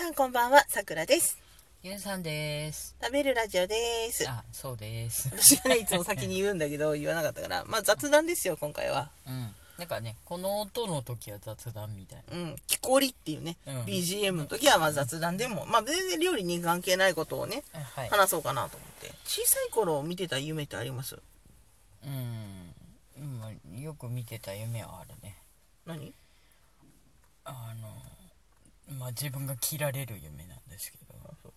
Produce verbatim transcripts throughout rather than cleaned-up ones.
んこんばんは、さくらです。 ゆうさんです。 食べるラジオです。 あ、そうです。 私がね、いつも先に言うんだけど言わなかったから、まあ雑談ですよ今回は。 うん。なんかね、この音の時は雑談みたいうん、木こりっていうね、 うんビージーエム の時はまあ雑談でも、まあ全然料理に関係ないことをね、 な。はい。 話そうかなと思って。小さい頃見てた夢ってあります？ うん。今よく見てた夢はあるね。 何？ あの、まあ自分が切られる夢なんですけど、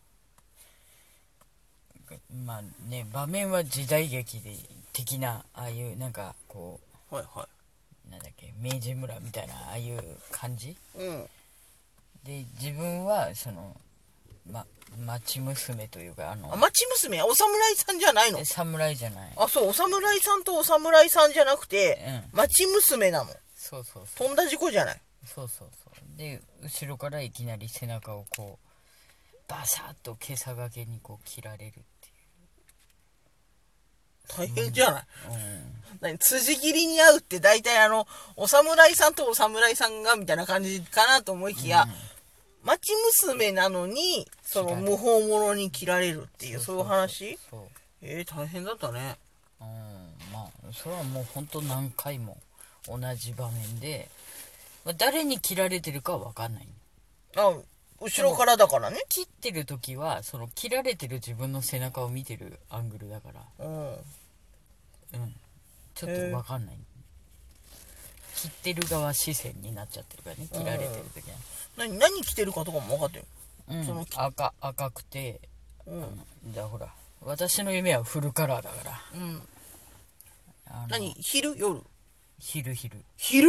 まあね、場面は時代劇で的な、ああいうなんかこはいはう、なんだっけ、明治村みたいな、ああいう感じい。うん。 で、自分はその、ま、町娘というか、あの、 あ、町娘、お侍さんじゃないの？ え侍じゃない。 あ、そう、お侍さんとお侍さんじゃなくて、 うん。 町娘なの。 そうそうそう。 とんだ事故じゃない？ そうそうそうで後ろからいきなり背中をこうバサッと袈裟掛けにこう切られるって大変じゃない？ いう、 何、辻切りに合うって大体あのお侍さんとお侍さんがみたいな感じかなと思いきや、 うん、 町娘なのにその無法者に切られるっていう、そういう話。 そうえー、大変だったね。 うん、まあそれはもうほんと何回も同じ場面で、まあ、誰に切られてるかは分かんない。 あ、後ろからだからね。 切ってる時はその切られてる自分の背中を見てるアングルだから、 うん、 うん、ちょっと分かんない。切ってる側視線になっちゃってるからね、切られてる時は。 何何着てるかとかも分かってる？ うん、 その赤赤くて、 うん、 あのじゃあほら私の夢はフルカラーだから、 うん、 あの何、昼夜？ 昼昼昼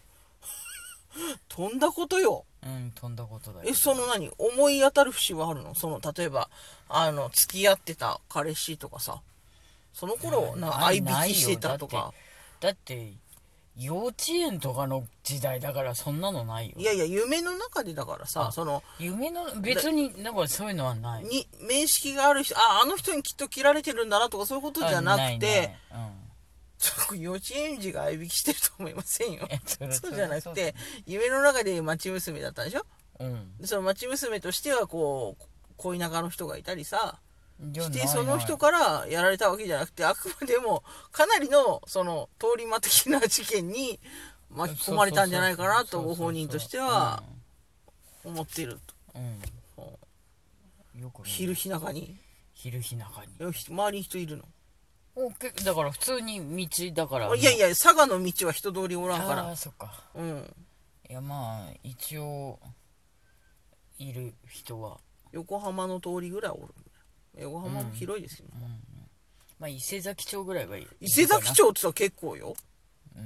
飛んだことよ。 うん飛んだことだけえ、 ど、 その何、思い当たる節はあるの？その例えばあの付き合ってた彼氏とかさ、その頃なない相引きしてたとか。 だって幼稚園とかの時代だからそんなのないよ。 いやいや、夢の中でだからさ、 あその夢の別になんかそういうのはない。 に面識がある人、あ、あの人にきっと切られてるんだなとかそういうことじゃなくて、 あないない、 うん、幼稚園児が相引きしてると思いませんよ。 うん、 そうじゃなくて、夢の中で町娘だったでしょ。 うん、 でその町娘としてはこう恋仲の人がいたりさしじゃないないて、その人からやられたわけじゃなくて、あくまでもかなりのその通り魔的な事件に巻き込まれたんじゃないかなとご本人としては思っていると。 うん、よく昼日中に昼日中に周りに人いるの？ おけだから普通に道だから。 いやいや、佐賀の道は人通りおらんから。 ああそっか。 うん。 いやまあ一応いる人は、 横浜の通りぐらいおる。横浜も広いですよね。 うんうん、まあ伊勢崎町ぐらいはいる。 伊勢崎町ってさ結構よ。 うん、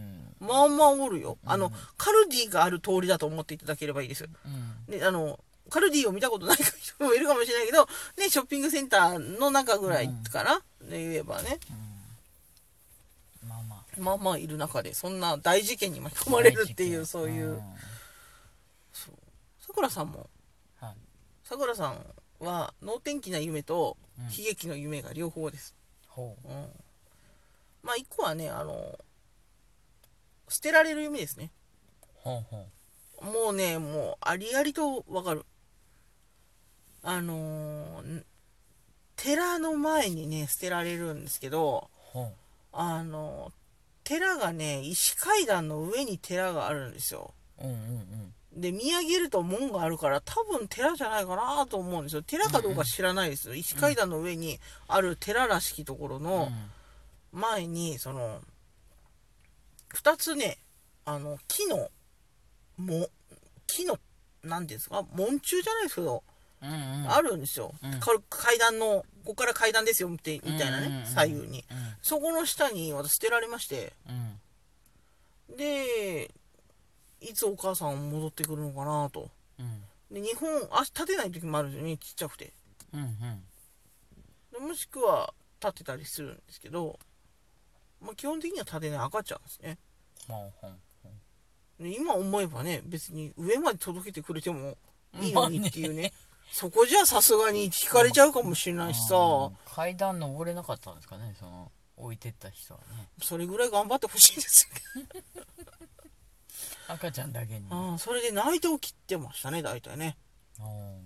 まあまあおるよ。 うん、 あのカルディがある通りだと思っていただければいいです。 うん、 で、あのカルディを見たことない人もいるかもしれないけど、ね、ショッピングセンターの中ぐらいかな、うん、で言えばね、 うん、まあまあまあまあいる中でそんな大事件に巻き込まれるっていう、そういう、そう、さくらさんも、さくらさんは能天気な夢と悲劇の夢が両方です。 ほう、 うん、まあ一個はね、あの捨てられる夢ですね。 ほうほう、もうね、もうありありとわかる。あのー、寺の前にね捨てられるんですけど、あの寺がね石階段の上に寺があるんですよ。 うんうんうん、 で見上げると門があるから多分寺じゃないかなと思うんですよ。寺かどうか知らないですよ、うんうん、石階段の上にある寺らしきところの前に、そのふたつね、あの木のも木の何ていうんですか、門柱じゃないですけど、うんうん、あるんですよ、うん、階段のここから階段ですよみたいなね、うんうんうん、左右に、うん、そこの下に私捨てられまして、うん、でいつお母さん戻ってくるのかなと、うん、で日本足立てない時もあるんですよね、ちっちゃくて、うんうん、でもしくは立てたりするんですけど、まあ、基本的には立てない、赤ちゃんですね、うんうん、で今思えばね、別に上まで届けてくれてもいいのにっていうね、まあねそこじゃさすがに引かれちゃうかもしれないしさ、 階段登れなかったんですかね、その置いてった人はね。 それぐらい頑張ってほしいですよね赤ちゃんだけに。 あ、それで泣いて起きてましたね大体ね。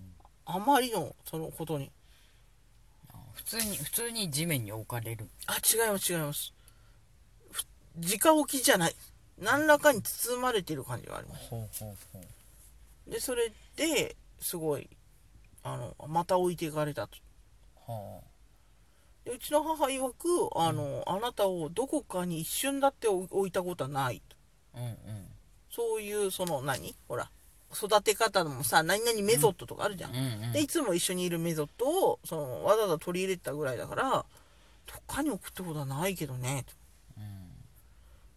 あまりのそのことに。 普通に普通に地面に置かれる。 あ、違います違います。直置きじゃない。何らかに包まれてる感じがあります。 ほうほうほう。でそれですごいあのまた置いていかれたと。はあ。でうちの母曰くあの、うん、あなたをどこかに一瞬だって置いたことはないと。うんうん。そういうその何ほら育て方もさ何々メソッドとかあるじゃん。うんうんうん、でいつも一緒にいるメソッドをそのわざわざ取り入れたぐらいだからどっかに置くってことはないけどねと。うん、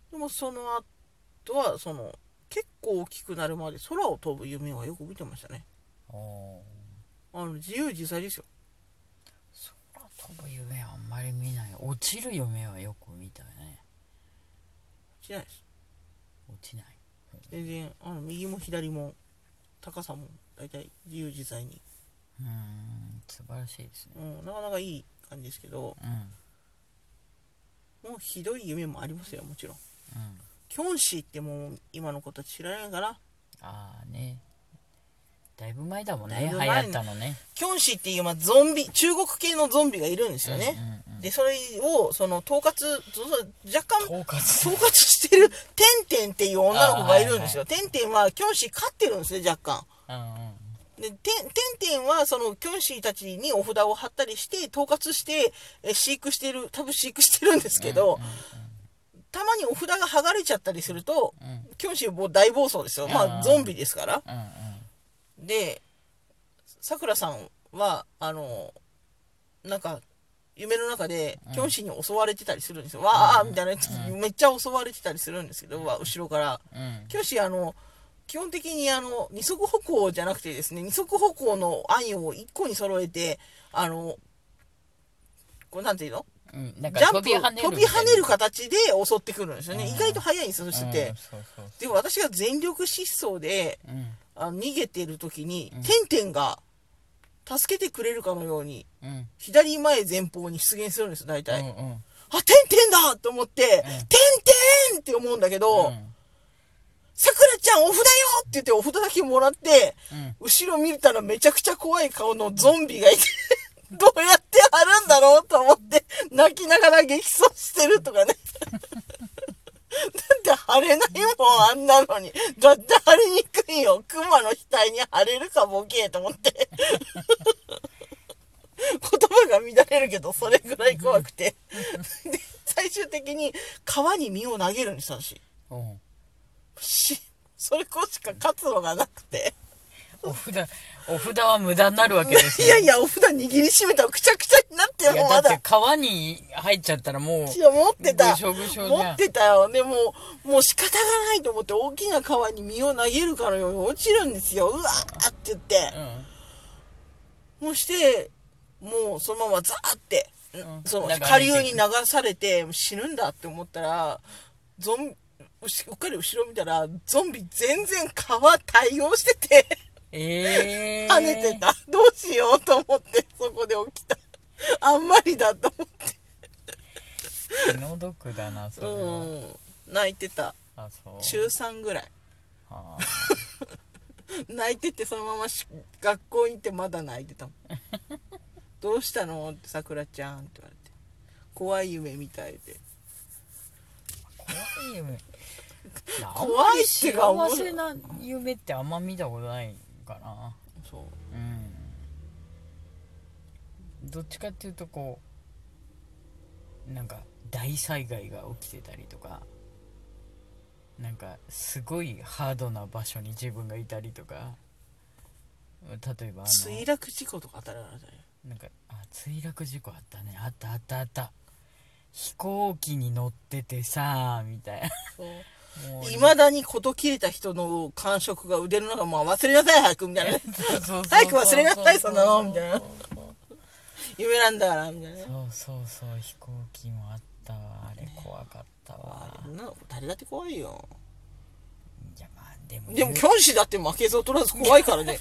でもその後はその結構大きくなるまで空を飛ぶ夢はよく見てましたね。あの自由自在ですよ。 空飛ぶ夢はあんまり見ない。落ちる夢はよく見たよね。 落ちないです。 落ちない。 全然あの右も左も高さも大体自由自在に。 うーん素晴らしいですね。 うん、なかなかいい感じですけど、うん、もうひどい夢もありますよもちろん。うん、キョンシーってもう今のこと知らないかな。 ああね。だいぶ前だもんね、流行ったのね。 キョンシーっていう、まあ、ゾンビ中国系のゾンビがいるんですよね。うんうんうん、でそれをその統括若干統括統括してるテンテンっていう女の子がいるんですよ。はいはい、テンテンはキョンシー飼ってるんですね若干。うんうん、でテンテンテンはそのキョンシーたちにお札を貼ったりして統括してえ飼育してる多分飼育してるんですけど。うんうんうん、たまにお札が剥がれちゃったりすると、うん、キョンシーもう大暴走ですよ。まあゾンビですから。うんうんでさくらさんはあのなんか夢の中でキョンシーに襲われてたりするんですよ、うん、わあみたいな、うん、めっちゃ襲われてたりするんですけど、うん、後ろから、うん、キョンシーあの基本的にあの二足歩行じゃなくてですね二足歩行の案を一個に揃えてあのこれなんていうの、うん、なんかジャンプ飛び跳ねる飛び跳ねる形で襲ってくるんですよね、うん、意外と速いんですよそして、うん、そうそうそうでも私が全力疾走で、うんあの逃げてる時に、うん、テンテンが助けてくれるかのように、うん、左前前方に出現するんです大体、うんうん、あテンテンだと思って、うん、テンテンって思うんだけど、うん、さくらちゃんお札よって言ってお札だけもらって、うん、後ろ見たらめちゃくちゃ怖い顔のゾンビがいてどうやって貼るんだろうと思って泣きながら激走してるとかねだって貼れないもんあんなのにだって貼りにくいよクマの額に貼れるかボケと思って言葉が乱れるけどそれぐらい怖くてで最終的に川に身を投げるんです私、うん、しそれこしか活路がなくてお札お札は無駄になるわけですよ。 いやいやお札握りしめたらくちゃくちゃになってもまだ。 だって川に入っちゃったらもう。 いや持ってた。ぐしょぐしょじゃん。持ってたよ。でももう仕方がないと思って大きな川に身を投げるかのように落ちるんですよ。うわーって言って。うん、もうしてもうそのままザーって、うん、その下流に流されて死ぬんだって思ったらゾンうっかり後ろ見たらゾンビ全然川対応してて。えー、跳ねてたどうしようと思ってそこで起きたあんまりだと思って気の毒だなそれは、うん、 泣いてたあそう中さんぐらいは泣いててそのまま学校に行ってまだ泣いてたもんどうしたのってさくらちゃんって言われて怖い夢みたいで怖い夢怖いってか幸せな夢ってあんま見たことないかな。そう、うん、どっちかっていうとこうなんか大災害が起きてたりとかなんかすごいハードな場所に自分がいたりとか例えばあの墜落事故とかあったらあれだよなんかあ墜落事故あったねあったあったあった飛行機に乗っててさみたいなそういまだに事切れた人の感触が腕の中もう忘れなさい早くみたいな早く忘れなさいそんなのみたいな夢なんだからみたいなそうそうそう飛行機もあったわあれ怖かったわあれ誰だって怖いよいやまあでもでもキョンシーだって負けず劣らず怖いからね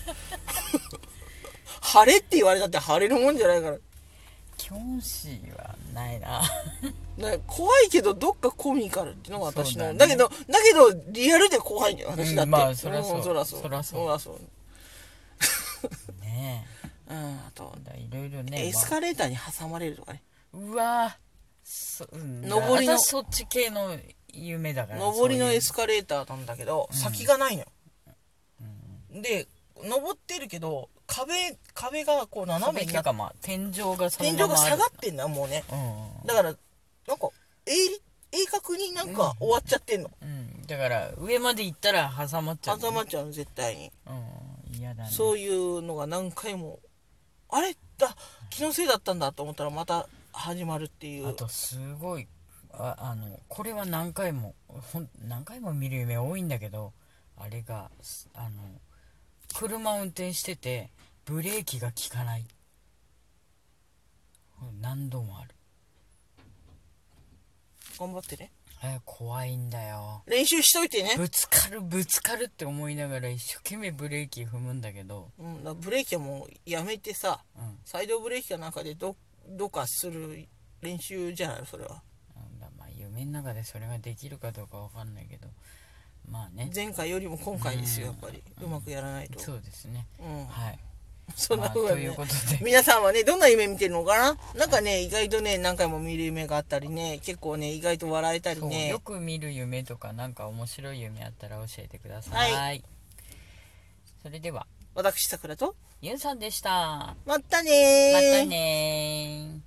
晴れって言われたって晴れるもんじゃないからキョンシーはないな怖いけどどっかコミカルっていうのが私の だ,、ね、だけどだけどリアルで怖いんだよ私だって、 うん、まあそりゃそう、 うん、そりゃそうそりゃそうそりゃそうねえうん、あとだいろいろね、 エスカレーターに挟まれるとかね、 まあ、うわそ、うん、 上りの私そっち系の夢だから上りのエスカカレーターなんだけど、 うん、 先がないのよ、 うん、 で登ってるけど壁壁がこう斜めになって、 か、まあ、天井がその天井ままあるが下がってんだもうね、 うん、 だからなんか鋭利鋭角になんか終わっちゃってんの、 うん、だから上まで行ったら挟まっちゃう、 挟まっちゃうの絶対に、 うん、嫌だね。 そういうのが何回も、あれだ気のせいだったんだと思ったらまた始まるっていう。 あとすごいああのこれは何回もほん何回も見る夢多いんだけど、あれがあの車運転しててブレーキが効かない、何度もある。 頑張ってね、 あ、怖いんだよ。 練習しといてね、 ぶつかるぶつかるって思いながら一生懸命ブレーキ踏むんだけど、 うん、だからブレーキはもうやめてさ、 うん、 サイドブレーキかなんかでどどっかする練習じゃないのそれは。 うんだまあ夢の中でそれができるかどうかわかんないけど、まあね、 前回よりも今回ですよ、 うんやっぱりうまくやらないと。 そうですね、 うん、 はい。 そんな風にね、 まあということで皆さんはねどんな夢見てるのかな。なんかね意外とね何回も見る夢があったりね、結構ね意外と笑えたりそうね。 よく見る夢とかなんか面白い夢あったら教えてください。 はそれでは私さくらとゆんさんでした。 またねー。 またねー。